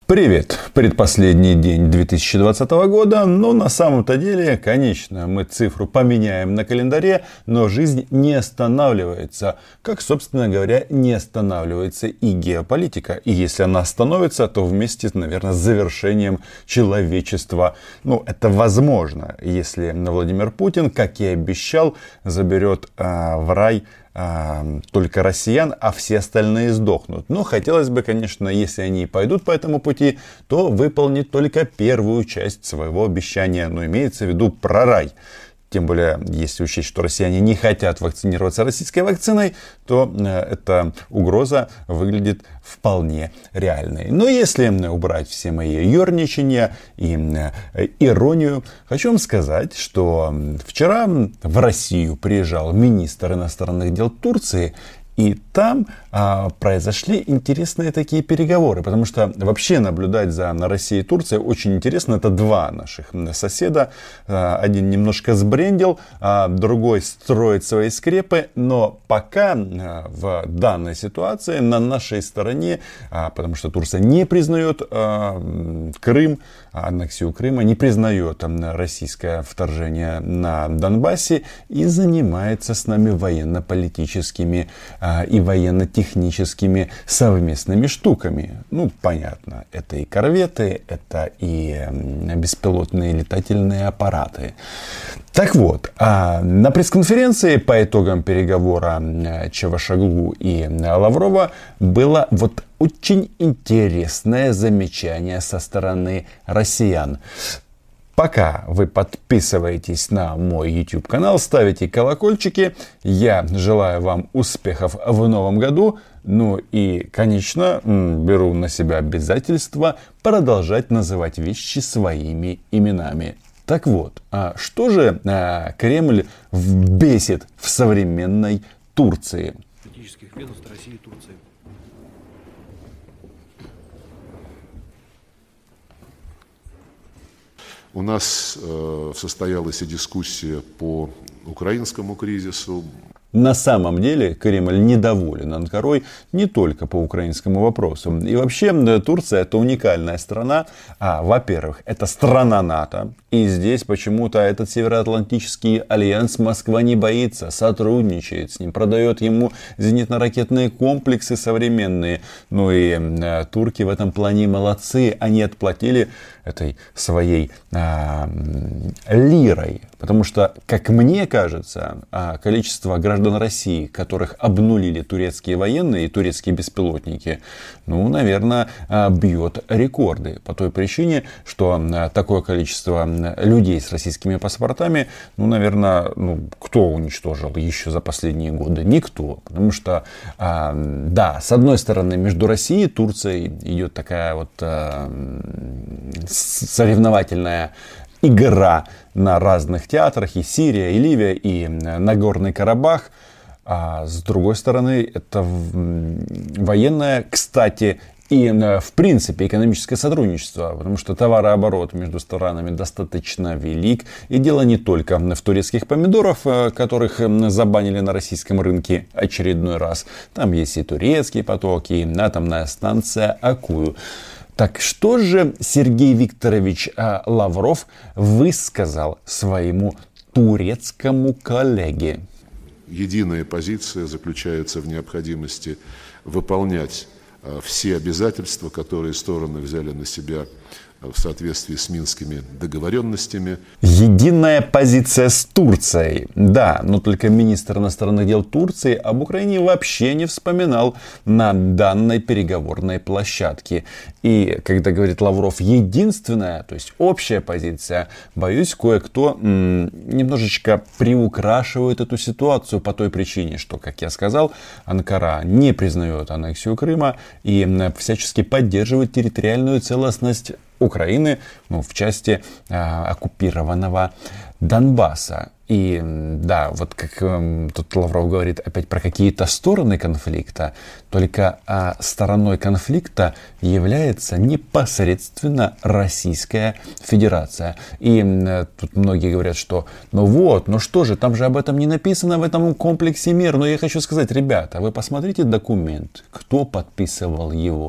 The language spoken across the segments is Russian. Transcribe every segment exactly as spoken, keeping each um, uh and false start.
Привет! Предпоследний день две тысячи двадцатого года, но на самом-то деле, конечно, мы цифру поменяем на календаре, но жизнь не останавливается, как, собственно говоря, не останавливается и геополитика. И если она остановится, то вместе, наверное, с завершением человечества. Ну, это возможно, если Владимир Путин, как и обещал, заберет э, в рай только россиян, а все остальные сдохнут. Но хотелось бы, конечно, если они пойдут по этому пути, то выполнить только первую часть своего обещания. Но имеется в виду про рай. Тем более, если учесть, что россияне не хотят вакцинироваться российской вакциной, то эта угроза выглядит вполне реальной. Но если убрать все мои ерничания и иронию, хочу вам сказать, что вчера в Россию приезжал министр иностранных дел Турции. И там а, произошли интересные такие переговоры, потому что вообще наблюдать за Россией и Турцией очень интересно. Это два наших соседа. А, один немножко сбрендил, а другой строит свои скрепы. Но пока а, в данной ситуации на нашей стороне, а, потому что Турция не признает а, Крым, аннексию Крыма, не признает там, российское вторжение на Донбассе и занимается с нами военно-политическими и военно-техническими совместными штуками. Ну, понятно, это и корветы, это и беспилотные летательные аппараты. Так вот, на пресс-конференции по итогам переговора Чавушоглу и Лаврова было вот очень интересное замечание со стороны россиян. Пока вы подписываетесь на мой YouTube канал, ставите колокольчики, я желаю вам успехов в новом году. Ну и, конечно, беру на себя обязательство продолжать называть вещи своими именами. Так вот, а что же а, Кремль бесит в современной Турции? Стратегических ведомств России и Турции. У нас э, состоялась и дискуссия по украинскому кризису. На самом деле Кремль недоволен Анкарой не только по украинскому вопросу. И вообще Турция это уникальная страна. А, во-первых, это страна НАТО. И здесь почему-то этот Североатлантический альянс Москва не боится, сотрудничает с ним, продает ему зенитно-ракетные комплексы современные. Ну и э, турки в этом плане молодцы. Они отплатили этой своей э, лирой. Потому что, как мне кажется, количество граждан России, которых обнулили турецкие военные и турецкие беспилотники, ну, наверное, бьет рекорды. По той причине, что такое количество людей с российскими паспортами, ну, наверное, ну, кто уничтожил еще за последние годы? Никто. Потому что, да, с одной стороны, между Россией и Турцией идет такая вот соревновательная игра на разных театрах, и Сирия, и Ливия, и Нагорный Карабах. А с другой стороны, это военное, кстати, и в принципе экономическое сотрудничество, потому что товарооборот между странами достаточно велик. И дело не только в турецких помидорах, которых забанили на российском рынке очередной раз. Там есть и турецкие потоки, и атомная станция Акую. Так что же Сергей Викторович Лавров высказал своему турецкому коллеге? Единая позиция заключается в необходимости выполнять все обязательства, которые стороны взяли на себя в соответствии с минскими договоренностями. Единая позиция с Турцией. Да, но только министр иностранных дел Турции об Украине вообще не вспоминал на данной переговорной площадке. И когда говорит Лавров единственная, то есть общая позиция, боюсь, кое-кто м- немножечко приукрашивает эту ситуацию по той причине, что, как я сказал, Анкара не признает аннексию Крыма и м- всячески поддерживает территориальную целостность Украины, ну, в части а, оккупированного Донбасса. И да, вот как э, тут Лавров говорит опять про какие-то стороны конфликта, только э, стороной конфликта является непосредственно Российская Федерация. И э, тут многие говорят, что ну вот, ну что же, там же об этом не написано в этом комплексе мер. Но я хочу сказать, ребята, вы посмотрите документ, кто подписывал его.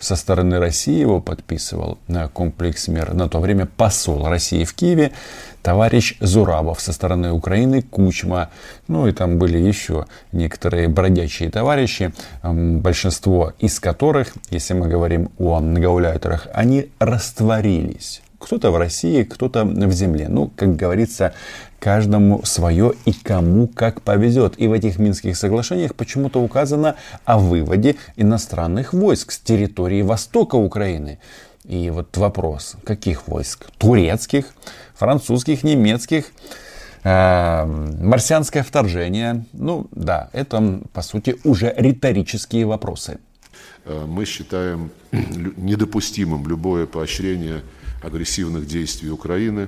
со стороны России его подписывал комплекс мер на то время посол России в Киеве, товарищ Зурабов, со стороны Украины Кучма. Ну и там были еще некоторые бродячие товарищи, большинство из которых, если мы говорим о гауляйтерах, они растворились. Кто-то в России, кто-то в земле. Ну, как говорится, каждому свое и кому как повезет. И в этих Минских соглашениях почему-то указано о выводе иностранных войск с территории востока Украины. И вот вопрос, каких войск? Турецких, французских, немецких, э, марсианское вторжение. Ну да, это по сути уже риторические вопросы. Мы считаем недопустимым любое поощрение агрессивных действий Украины.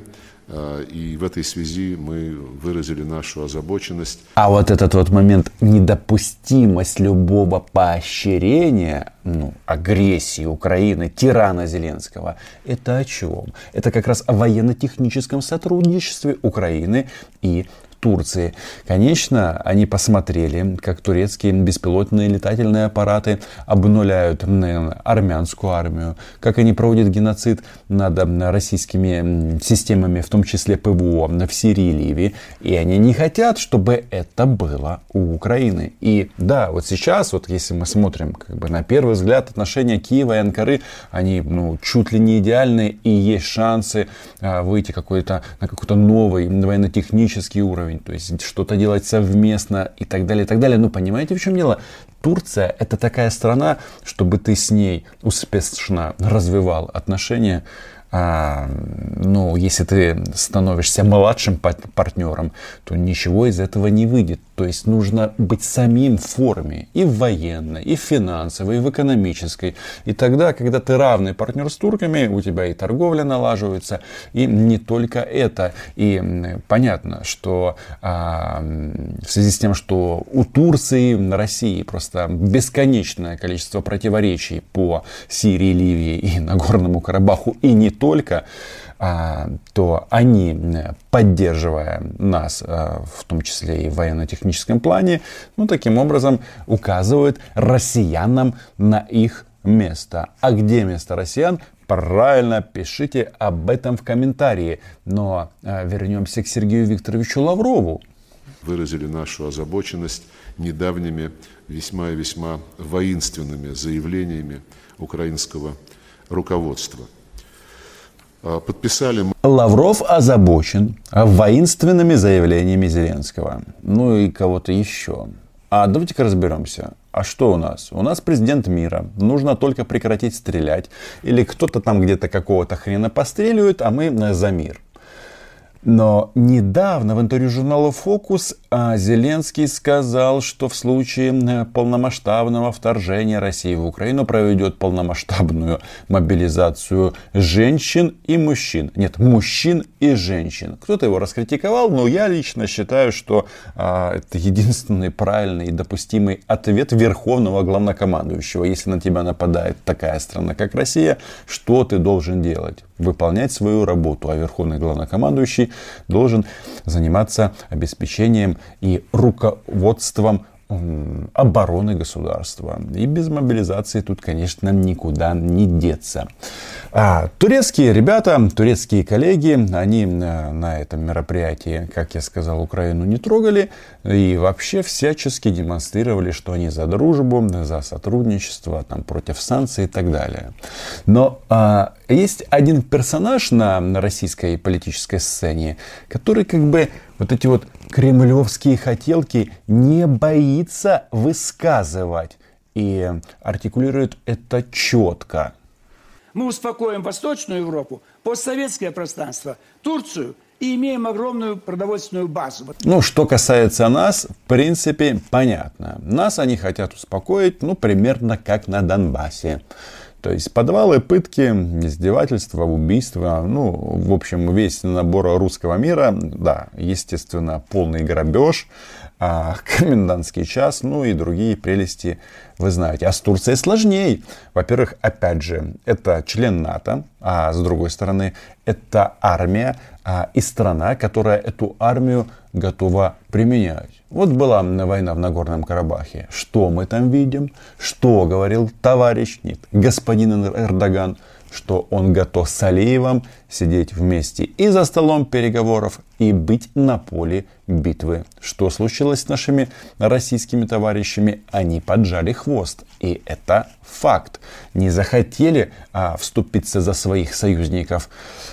И в этой связи мы выразили нашу озабоченность. А вот этот вот момент недопустимость любого поощрения, ну, агрессии Украины, тирана Зеленского, это о чем? Это как раз о военно-техническом сотрудничестве Украины и Турции. Конечно, они посмотрели, как турецкие беспилотные летательные аппараты обнуляют армянскую армию, как они проводят геноцид над российскими системами, в том числе ПВО, в Сирии и Ливии. И они не хотят, чтобы это было у Украины. И да, вот сейчас, вот если мы смотрим как бы на первый взгляд, отношения Киева и Анкары, они ну, чуть ли не идеальные, и есть шансы а, выйти какой-то, на какой-то новый военно-технический уровень. То есть что-то делать совместно и так далее, и так далее. Ну, понимаете, в чем дело? Турция — это такая страна, чтобы ты с ней успешно развивал отношения. А, ну, если ты становишься младшим партнером, то ничего из этого не выйдет. То есть нужно быть самим в форме и в военной, и в финансовой, и в экономической. И тогда, когда ты равный партнер с турками, у тебя и торговля налаживается, и не только это. И понятно, что а, в связи с тем, что у Турции, на России просто бесконечное количество противоречий по Сирии, Ливии и Нагорному Карабаху, и не только, то они, поддерживая нас, в том числе и в военно-техническом плане, ну, таким образом указывают россиянам на их место. А где место россиян? Правильно, пишите об этом в комментарии. Но вернемся к Сергею Викторовичу Лаврову. Выразили нашу озабоченность недавними весьма и весьма воинственными заявлениями украинского руководства. Подписали... Лавров озабочен воинственными заявлениями Зеленского. Ну и кого-то еще. А давайте-ка разберемся. А что у нас? У нас президент мира. Нужно только прекратить стрелять. Или кто-то там где-то какого-то хрена постреливает, а мы за мир. Но недавно в интервью журналу «Фокус» Зеленский сказал, что в случае полномасштабного вторжения России в Украину проведет полномасштабную мобилизацию женщин и мужчин. Нет, мужчин и женщин. Кто-то его раскритиковал, но я лично считаю, что а, это единственный правильный и допустимый ответ верховного главнокомандующего. Если на тебя нападает такая страна, как Россия, что ты должен делать? Выполнять свою работу, а верховный главнокомандующий должен заниматься обеспечением и руководством обороны государства. И без мобилизации тут, конечно, никуда не деться. А, турецкие ребята, турецкие коллеги, они на этом мероприятии, как я сказал, Украину не трогали. И вообще всячески демонстрировали, что они за дружбу, за сотрудничество, там, против санкций и так далее. Но а, есть один персонаж на, на российской политической сцене, который как бы вот эти вот кремлевские хотелки не боится высказывать и артикулирует это четко. Мы успокоим Восточную Европу, постсоветское пространство, Турцию и имеем огромную продовольственную базу. Ну, что касается нас, в принципе, понятно. Нас они хотят успокоить, ну, примерно как на Донбассе. То есть подвалы, пытки, издевательства, убийства, ну, в общем, весь набор русского мира, да, естественно, полный грабеж, а, комендантский час, ну и другие прелести вы знаете. А с Турцией сложнее. Во-первых, опять же, это член НАТО, а с другой стороны, это армия а, и страна, которая эту армию готова применять. Вот была война в Нагорном Карабахе. Что мы там видим? Что говорил товарищ, нет, господин Эрдоган? Что он готов с Алиевым сидеть вместе и за столом переговоров, и быть на поле битвы. Что случилось с нашими российскими товарищами? Они поджали хвост. И это факт. Не захотели а, вступиться за своих союзников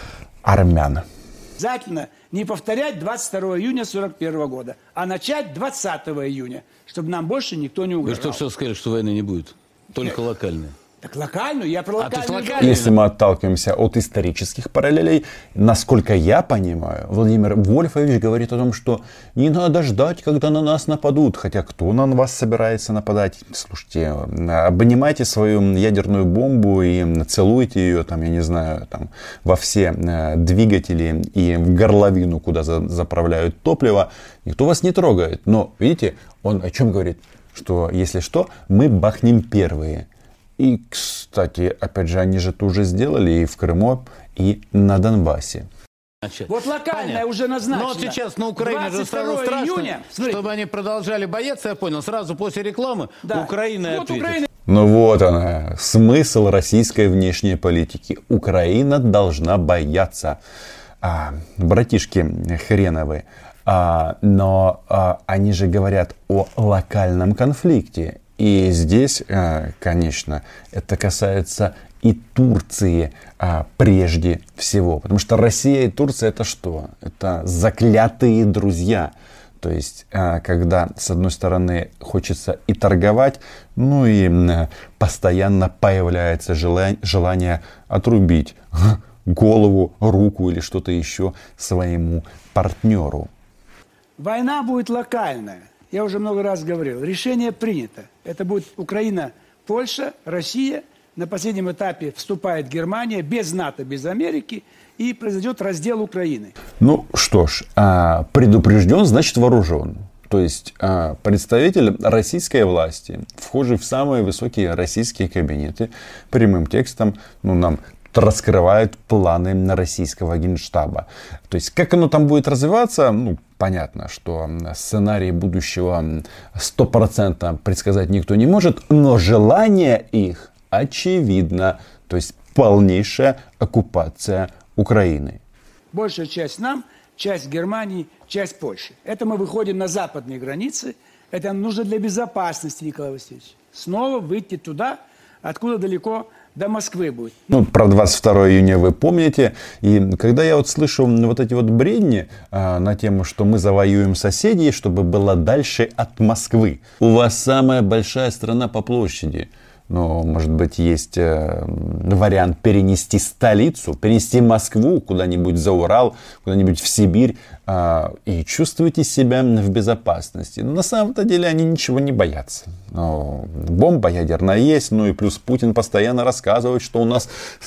армян. Обязательно не повторять двадцать второго июня сорок первого года, а начать двадцатого июня, чтобы нам больше никто не угрожал. Вы что, что сказали, что войны не будет? Только локальные. Так локальную, я про локальную. А, Если мы отталкиваемся от исторических параллелей, насколько я понимаю, Владимир Вольфович говорит о том, что не надо ждать, когда на нас нападут. Хотя кто на вас собирается нападать? Слушайте, обнимайте свою ядерную бомбу и целуйте ее, там, я не знаю, там, во все двигатели и в горловину, куда заправляют топливо. Никто вас не трогает. Но, видите, он о чем говорит? Что, если что, мы бахнем первые. И, кстати, опять же, они же это уже сделали и в Крыму, и на Донбассе. Вот локальная Понятно. Уже назначена. Но вот сейчас на Украине же стало страшно, июня, чтобы они продолжали бояться, я понял, сразу после рекламы да. Украина вот ответит. Украина... Ну вот она, смысл российской внешней политики. Украина должна бояться. А, братишки хреновы. А, но а, они же говорят о локальном конфликте. И здесь, конечно, это касается и Турции прежде всего. Потому что Россия и Турция это что? Это заклятые друзья. То есть, когда с одной стороны хочется и торговать, ну и постоянно появляется желание отрубить голову, руку или что-то еще своему партнеру. Война будет локальная. Я уже много раз говорил, решение принято. Это будет Украина, Польша, Россия. На последнем этапе вступает Германия, без НАТО, без Америки. И произойдет раздел Украины. Ну что ж, предупрежден, значит вооружен. То есть представитель российской власти, вхожий в самые высокие российские кабинеты, прямым текстом ну, нам раскрывают планы на российского генштаба. То есть, как оно там будет развиваться, ну, понятно, что сценарий будущего сто процентов предсказать никто не может, но желание их очевидно. То есть, полнейшая оккупация Украины. Большая часть нам, часть Германии, часть Польши. Это мы выходим на западные границы. Это нужно для безопасности, Николай Васильевич. Снова выйти туда, откуда далеко до Москвы будет. Ну, про двадцать второго июня вы помните. И когда я вот слышу вот эти вот бредни а, на тему, что мы завоюем соседей, чтобы было дальше от Москвы. У вас самая большая страна по площади. Но, может быть, есть э, вариант перенести столицу, перенести Москву куда-нибудь за Урал, куда-нибудь в Сибирь э, и чувствуете себя в безопасности. Но на самом-то деле они ничего не боятся. Но бомба ядерная есть, ну и плюс Путин постоянно рассказывает, что у нас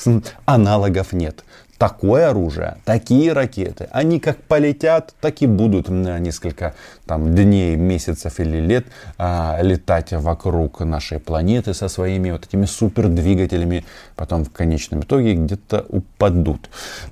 аналогов нет. Такое оружие, такие ракеты, они как полетят, так и будут на несколько там, дней, месяцев или лет а, летать вокруг нашей планеты со своими вот этими супердвигателями, потом в конечном итоге где-то упадут.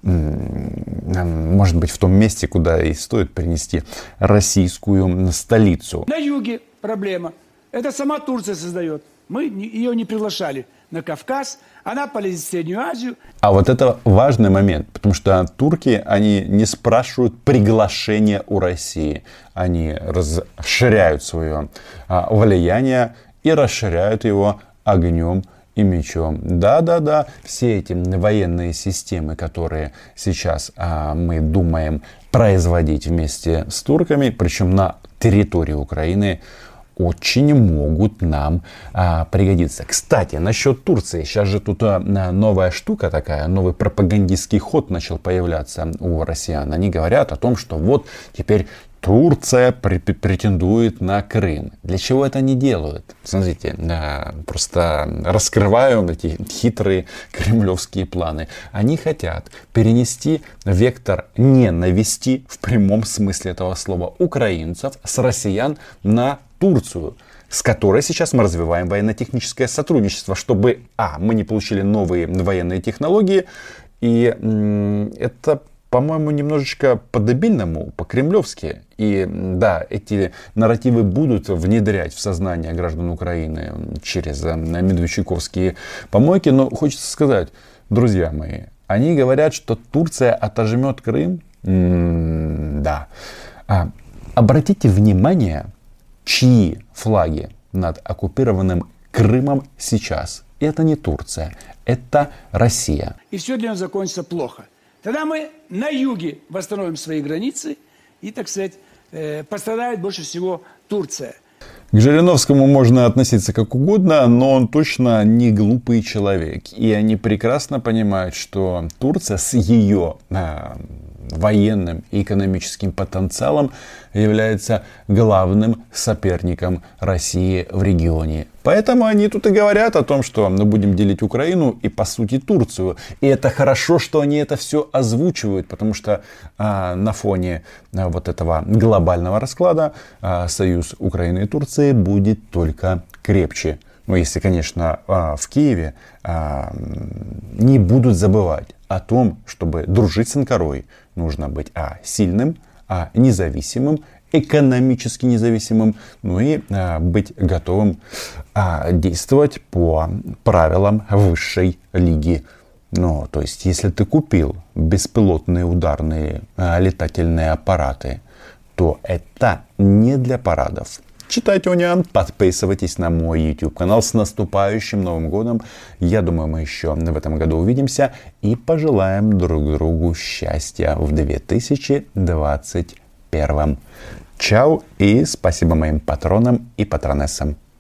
Может быть, в том месте, куда и стоит принести российскую столицу. На юге проблема. Это сама Турция создает. Мы ее не приглашали на Кавказ, она полезет в Среднюю Азию. А вот это важный момент, потому что турки, они не спрашивают приглашения у России. Они расширяют свое а, влияние и расширяют его огнем и мечом. Да-да-да, все эти военные системы, которые сейчас а, мы думаем производить вместе с турками, причем на территории Украины, очень могут нам а, пригодиться. Кстати, насчет Турции. Сейчас же тут а, новая штука такая, новый пропагандистский ход начал появляться у россиян. Они говорят о том, что вот теперь Турция претендует на Крым. Для чего это они делают? Смотрите, просто раскрываю эти хитрые кремлевские планы. Они хотят перенести вектор ненависти в прямом смысле этого слова украинцев с россиян на Турцию, с которой сейчас мы развиваем военно-техническое сотрудничество, чтобы, а, мы не получили новые военные технологии, и м- это, по-моему, немножечко по-дебильному, по-кремлевски. И да, эти нарративы будут внедрять в сознание граждан Украины через медведчуковские помойки, но хочется сказать, друзья мои, они говорят, что Турция отожмет Крым. М- да. А, обратите внимание, чьи флаги над оккупированным Крымом сейчас. И это не Турция, это Россия. И все для нас закончится плохо. Тогда мы на юге восстановим свои границы и, так сказать, пострадает больше всего Турция. К Жириновскому можно относиться как угодно, но он точно не глупый человек. И они прекрасно понимают, что Турция с ее э, военным и экономическим потенциалом является главным соперником России в регионе. Поэтому они тут и говорят о том, что мы будем делить Украину и, по сути, Турцию. И это хорошо, что они это все озвучивают, потому что а, на фоне а, вот этого глобального расклада а, союз Украины и Турции будет только крепче. Ну, если, конечно, а, в Киеве а, не будут забывать о том, чтобы дружить с Анкарой, нужно быть а, сильным, а, независимым, экономически независимым, ну и а, быть готовым а, действовать по правилам высшей лиги. Ну, то есть, если ты купил беспилотные ударные а, летательные аппараты, то это не для парадов. Читайте УНИАН, подписывайтесь на мой YouTube канал. С наступающим Новым годом. Я думаю, мы еще в этом году увидимся и пожелаем друг другу счастья в две тысячи двадцать первом. Чао и спасибо моим патронам и патронессам.